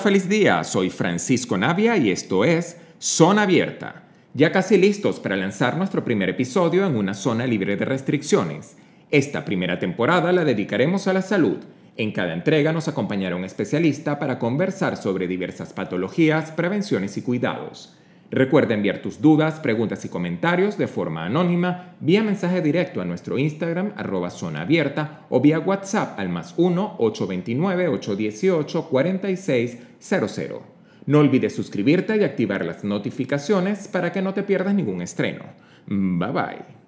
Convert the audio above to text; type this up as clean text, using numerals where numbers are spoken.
feliz día. Soy Francisco Navia y esto es Zona Abierta. Ya casi listos para lanzar nuestro primer episodio en una zona libre de restricciones. Esta primera temporada la dedicaremos a la salud. En cada entrega nos acompañará un especialista para conversar sobre diversas patologías, prevenciones y cuidados. Recuerda enviar tus dudas, preguntas y comentarios de forma anónima vía mensaje directo a nuestro Instagram @zonaabierta o vía WhatsApp al +1 829 818 4600. No olvides suscribirte y activar las notificaciones para que no te pierdas ningún estreno. Bye bye.